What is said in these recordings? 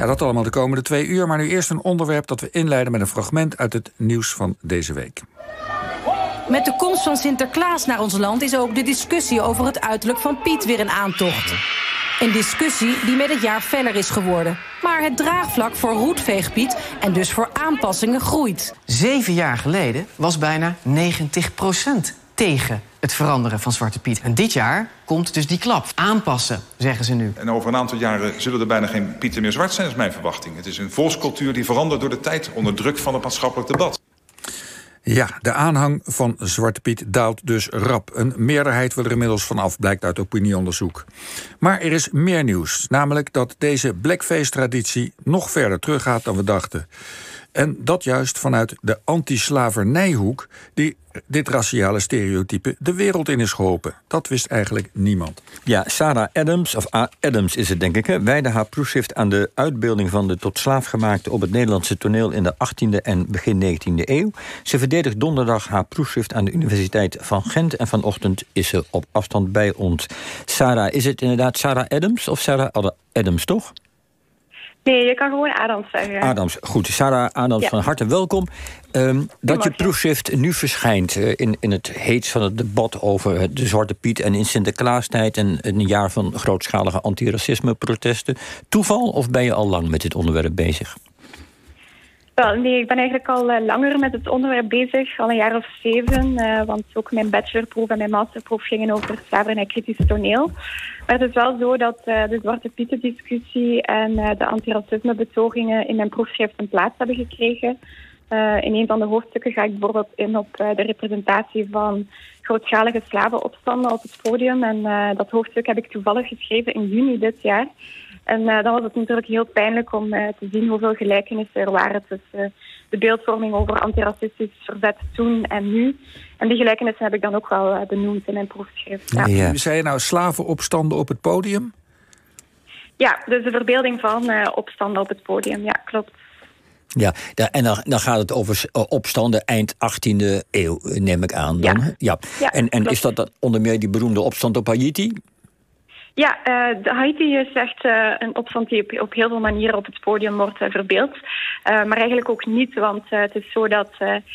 Ja, dat allemaal de komende 2 uur. Maar nu eerst een onderwerp dat we inleiden met een fragment uit het nieuws van deze week. Met de komst van Sinterklaas naar ons land is ook de discussie over het uiterlijk van Piet weer een aantocht. Een discussie die met het jaar feller is geworden. Maar het draagvlak voor roetveegpiet en dus voor aanpassingen groeit. 7 jaar geleden was bijna 90% tegen het veranderen van Zwarte Piet. En dit jaar komt dus die klap. Aanpassen, zeggen ze nu. En over een aantal jaren zullen er bijna geen Pieten meer zwart zijn, is mijn verwachting. Het is een volkscultuur die verandert door de tijd onder druk van het maatschappelijk debat. Ja, de aanhang van Zwarte Piet daalt dus rap. Een meerderheid wil er inmiddels vanaf, blijkt uit opinieonderzoek. Maar er is meer nieuws, namelijk dat deze blackface-traditie nog verder teruggaat dan we dachten. En dat juist vanuit de anti-slavernijhoek die dit raciale stereotype de wereld in is geholpen. Dat wist eigenlijk niemand. Ja, Sarah Adams, of Adams is het denk ik, wijdde haar proefschrift aan de uitbeelding van de tot slaafgemaakte op het Nederlandse toneel in de 18e en begin 19e eeuw. Ze verdedigt donderdag haar proefschrift aan de Universiteit van Gent en vanochtend is ze op afstand bij ons. Sarah, is het inderdaad Sarah Adams of Sarah Adams, toch? Nee, je kan gewoon Adams zeggen. Adams, goed. Sarah Adams, ja. Van harte welkom. Dat je proefschrift nu verschijnt in het heetst van het debat over de Zwarte Piet en in Sinterklaastijd en een jaar van grootschalige antiracisme-protesten. Toeval of ben je al lang met dit onderwerp bezig? Wel, nee, ik ben eigenlijk al langer met het onderwerp bezig, al een jaar of 7. Want ook mijn bachelorproef en mijn masterproef gingen over slavernij-kritisch toneel. Maar het is wel zo dat de Zwarte Pieten-discussie en de antiracisme-betogingen in mijn proefschrift een plaats hebben gekregen. In een van de hoofdstukken ga ik bijvoorbeeld in op de representatie van grootschalige slavenopstanden op het podium. En dat hoofdstuk heb ik toevallig geschreven in juni dit jaar. En dan was het natuurlijk heel pijnlijk om te zien hoeveel gelijkenissen er waren tussen de beeldvorming over antiracistisch verzet toen en nu. En die gelijkenissen heb ik dan ook wel benoemd in mijn proefschrift. Ja. Ja. Zei je nou slavenopstanden op het podium? Ja, dus de verbeelding van opstanden op het podium, ja, klopt. Ja, en dan gaat het over opstanden eind 18e eeuw, neem ik aan. Dan. Ja. En is dat onder meer die beroemde opstand op Haiti? Ja, de Haiti is echt een opstand die op heel veel manieren op het podium wordt verbeeld. Maar eigenlijk ook niet, want het is zo dat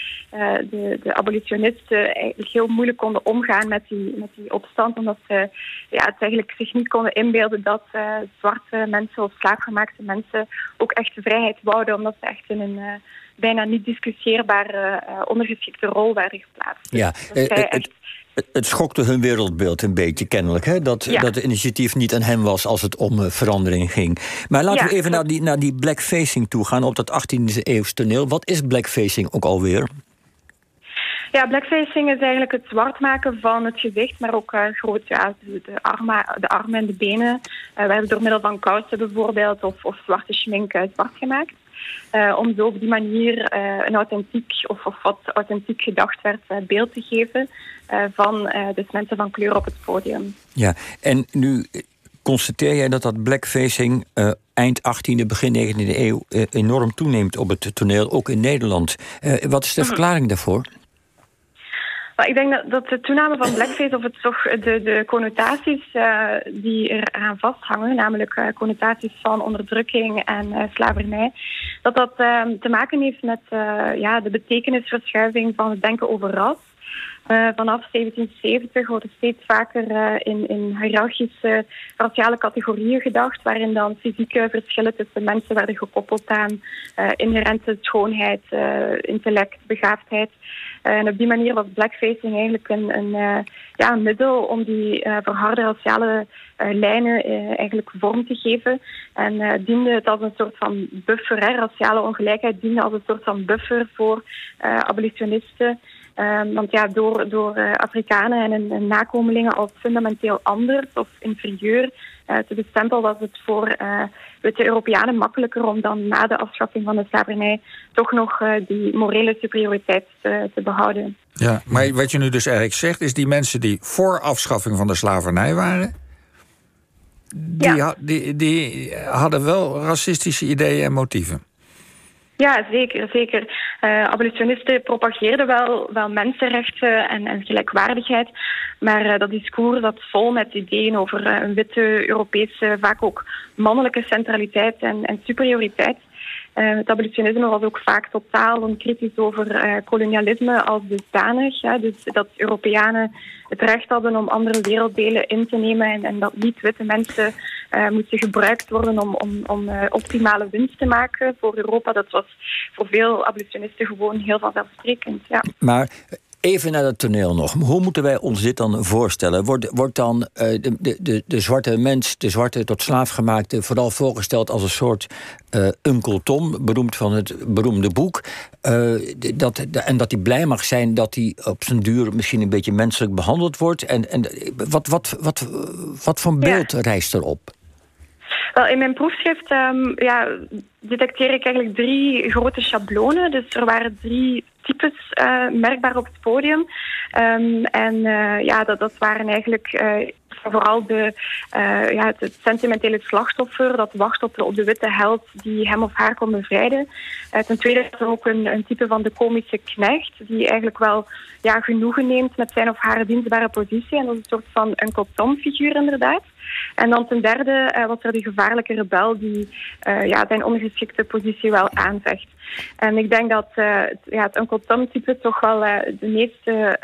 de abolitionisten eigenlijk heel moeilijk konden omgaan met die opstand. Omdat ze het eigenlijk zich niet konden inbeelden dat zwarte mensen of slaafgemaakte mensen ook echt de vrijheid wouden. Omdat ze echt in een bijna niet discussieerbare ondergeschikte rol werden geplaatst. Ja, het schokte hun wereldbeeld een beetje, kennelijk. Hè? Dat het initiatief niet aan hen was als het om verandering ging. Maar laten we even naar die blackfacing toe gaan op dat 18e eeuws toneel. Wat is blackfacing ook alweer? Ja, blackfacing is eigenlijk het zwart maken van het gezicht, maar ook de armen en de benen werden door middel van kousen bijvoorbeeld of zwarte schmink zwart gemaakt. Om zo op die manier een authentiek of wat authentiek gedacht werd beeld te geven van dus mensen van kleur op het podium. Ja, en nu constateer jij dat blackfacing eind 18e, begin 19e eeuw enorm toeneemt op het toneel, ook in Nederland. Wat is de verklaring daarvoor? Ik denk dat de toename van blackface, of het toch de connotaties die eraan vasthangen, namelijk connotaties van onderdrukking en slavernij, dat te maken heeft met de betekenisverschuiving van het denken over ras. Vanaf 1770 wordt er steeds vaker in hiërarchische raciale categorieën gedacht, waarin dan fysieke verschillen tussen mensen werden gekoppeld aan inherente schoonheid, intellect, begaafdheid. En op die manier was blackfacing eigenlijk een middel om die verharde raciale lijnen eigenlijk vorm te geven. En diende het als een soort van buffer, raciale ongelijkheid diende als een soort van buffer voor abolitionisten. Want door Afrikanen en hun nakomelingen als fundamenteel anders of inferieur te bestempelen, was het voor witte Europeanen makkelijker om dan na de afschaffing van de slavernij toch nog die morele superioriteit te behouden. Ja, maar wat je nu dus eigenlijk zegt, is die mensen die voor afschaffing van de slavernij waren, die hadden wel racistische ideeën en motieven. Ja, zeker. Abolitionisten propageerden wel mensenrechten en gelijkwaardigheid. Maar dat discours zat vol met ideeën over een witte, Europese, vaak ook mannelijke centraliteit en superioriteit. Het abolitionisme was ook vaak totaal onkritisch over kolonialisme als dusdanig. Dus dat Europeanen het recht hadden om andere werelddelen in te nemen en dat niet-witte mensen moesten gebruikt worden om optimale winst te maken voor Europa. Dat was voor veel abolitionisten gewoon heel vanzelfsprekend. Ja. Maar even naar het toneel nog. Hoe moeten wij ons dit dan voorstellen? Wordt dan de zwarte mens, de zwarte tot slaafgemaakte, vooral voorgesteld als een soort Uncle Tom, beroemd van het beroemde boek, en dat hij blij mag zijn dat hij op zijn duur misschien een beetje menselijk behandeld wordt? En wat voor beeld rijst erop? Wel, in mijn proefschrift detecteer ik eigenlijk 3 grote schablonen. Dus er waren 3 types merkbaar op het podium. Dat waren eigenlijk vooral het sentimentele slachtoffer dat wacht op de witte held die hem of haar kon bevrijden. Ten tweede is er ook een type van de komische knecht die eigenlijk wel genoegen neemt met zijn of haar dienstbare positie. En dat is een soort van Uncle Tom figuur inderdaad. En dan ten derde was er die gevaarlijke rebel die zijn ongeschikte positie wel aanvecht. En ik denk dat het Uncle Tom-type toch wel het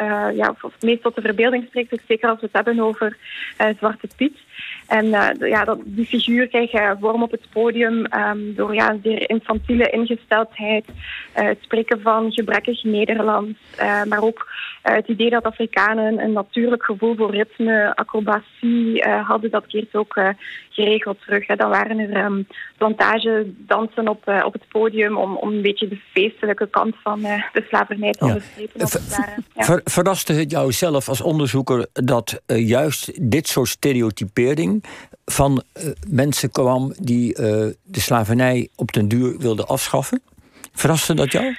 meest tot de verbeelding spreekt, ook zeker als we het hebben over Zwarte Piet. En die figuur krijgt vorm op het podium door een zeer infantiele ingesteldheid, het spreken van gebrekkig Nederlands, maar ook het idee dat Afrikanen een natuurlijk gevoel voor ritme, acrobatie hadden, dat keert ook geregeld terug. Dan waren er plantagedansen op het podium om een beetje de feestelijke kant van de slavernij te onderstrepen. Verraste het jou zelf als onderzoeker dat juist dit soort stereotypering van mensen kwam die de slavernij op den duur wilden afschaffen? Verraste dat jou?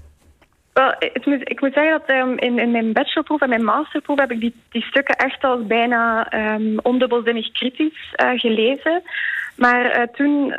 Wel, ik moet zeggen dat in mijn bachelorproef en mijn masterproef heb ik die stukken echt als bijna ondubbelzinnig kritisch gelezen. Maar toen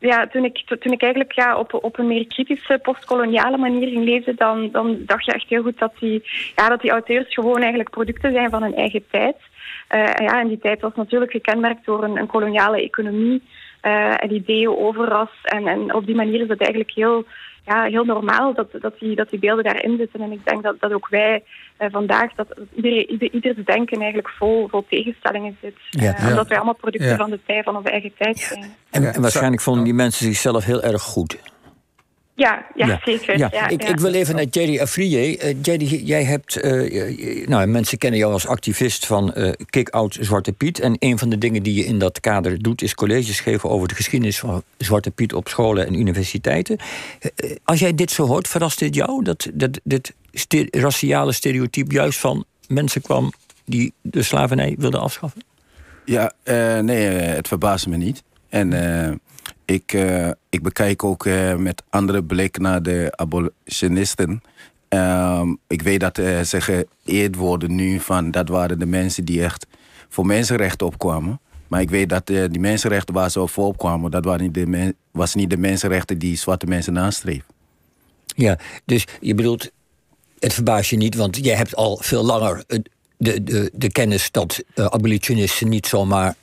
ik eigenlijk op een meer kritische postkoloniale manier ging lezen, dan dacht je echt heel goed dat die auteurs gewoon eigenlijk producten zijn van hun eigen tijd. En die tijd was natuurlijk gekenmerkt door een koloniale economie en ideeën over ras. En op die manier is het eigenlijk heel normaal dat die beelden daarin zitten. En ik denk dat ook wij vandaag, dat ieders denken eigenlijk vol tegenstellingen zit. Omdat wij allemaal producten van de tijd, van onze eigen tijd zijn. En waarschijnlijk vonden die mensen zichzelf heel erg goed. Ja, zeker. Ja. Ik wil even naar Jerry Afriyie. Jerry, jij hebt... mensen kennen jou als activist van Kick-Out Zwarte Piet. En een van de dingen die je in dat kader doet, is colleges geven over de geschiedenis van Zwarte Piet op scholen en universiteiten. Als jij dit zo hoort, verrast dit jou? Dat dit raciale stereotype juist van mensen kwam die de slavernij wilden afschaffen? Ja, het verbaast me niet. En ik bekijk ook met andere blik naar de abolitionisten. Ik weet dat ze geëerd worden nu van dat waren de mensen die echt voor mensenrechten opkwamen. Maar ik weet dat die mensenrechten waar ze voor opkwamen, dat was niet de mensenrechten die zwarte mensen nastreven. Ja, dus je bedoelt, het verbaast je niet, want jij hebt al veel langer de kennis dat abolitionisten niet zomaar...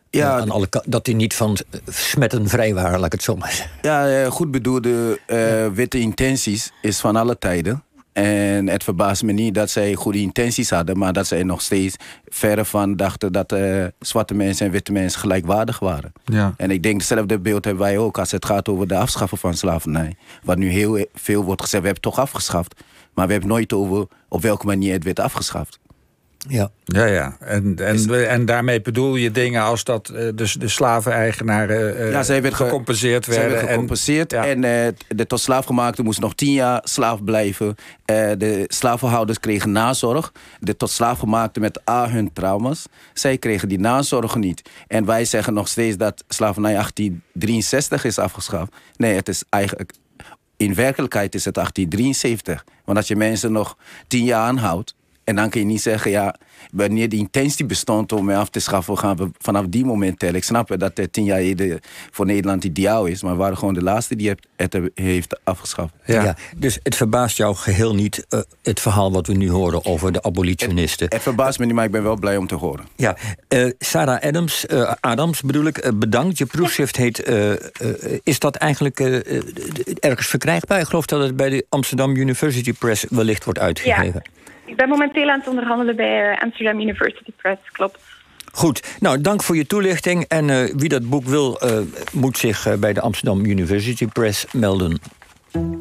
dat die niet van smetten vrij waren, laat ik het zo maar zeggen. Ja, goed bedoelde witte intenties is van alle tijden. En het verbaast me niet dat zij goede intenties hadden, maar dat zij nog steeds verre van dachten dat zwarte mensen en witte mensen gelijkwaardig waren. Ja. En ik denk, hetzelfde beeld hebben wij ook als het gaat over de afschaffen van slavernij. Wat nu heel veel wordt gezegd, we hebben het toch afgeschaft. Maar we hebben nooit over op welke manier het werd afgeschaft. Ja. En daarmee bedoel je dingen als dat de slaveneigenaren gecompenseerd werden. Zij werden gecompenseerd en de tot slaafgemaakten moesten nog 10 jaar slaaf blijven. De slavenhouders kregen nazorg. De tot slaafgemaakten met hun trauma's, zij kregen die nazorg niet. En wij zeggen nog steeds dat slavernij 1863 is afgeschaft. Nee, het is eigenlijk... In werkelijkheid is het 1873. Want als je mensen nog 10 jaar aanhoudt En dan kun je niet zeggen, ja, wanneer die intentie bestond om mij af te schaffen, gaan we vanaf die moment tellen. Ik snap dat het 10 jaar geleden voor Nederland ideaal is, maar we waren gewoon de laatste die het heeft afgeschaft. Ja, dus het verbaast jou geheel niet, het verhaal wat we nu horen over de abolitionisten. Het verbaast me niet, maar ik ben wel blij om te horen. Ja, Sarah Adams bedoel ik, bedankt. Je proefschrift heet, is dat eigenlijk ergens verkrijgbaar? Ik geloof dat het bij de Amsterdam University Press wellicht wordt uitgegeven. Ja. Ik ben momenteel aan het onderhandelen bij Amsterdam University Press, klopt. Goed, nou dank voor je toelichting. En wie dat boek wil, moet zich bij de Amsterdam University Press melden.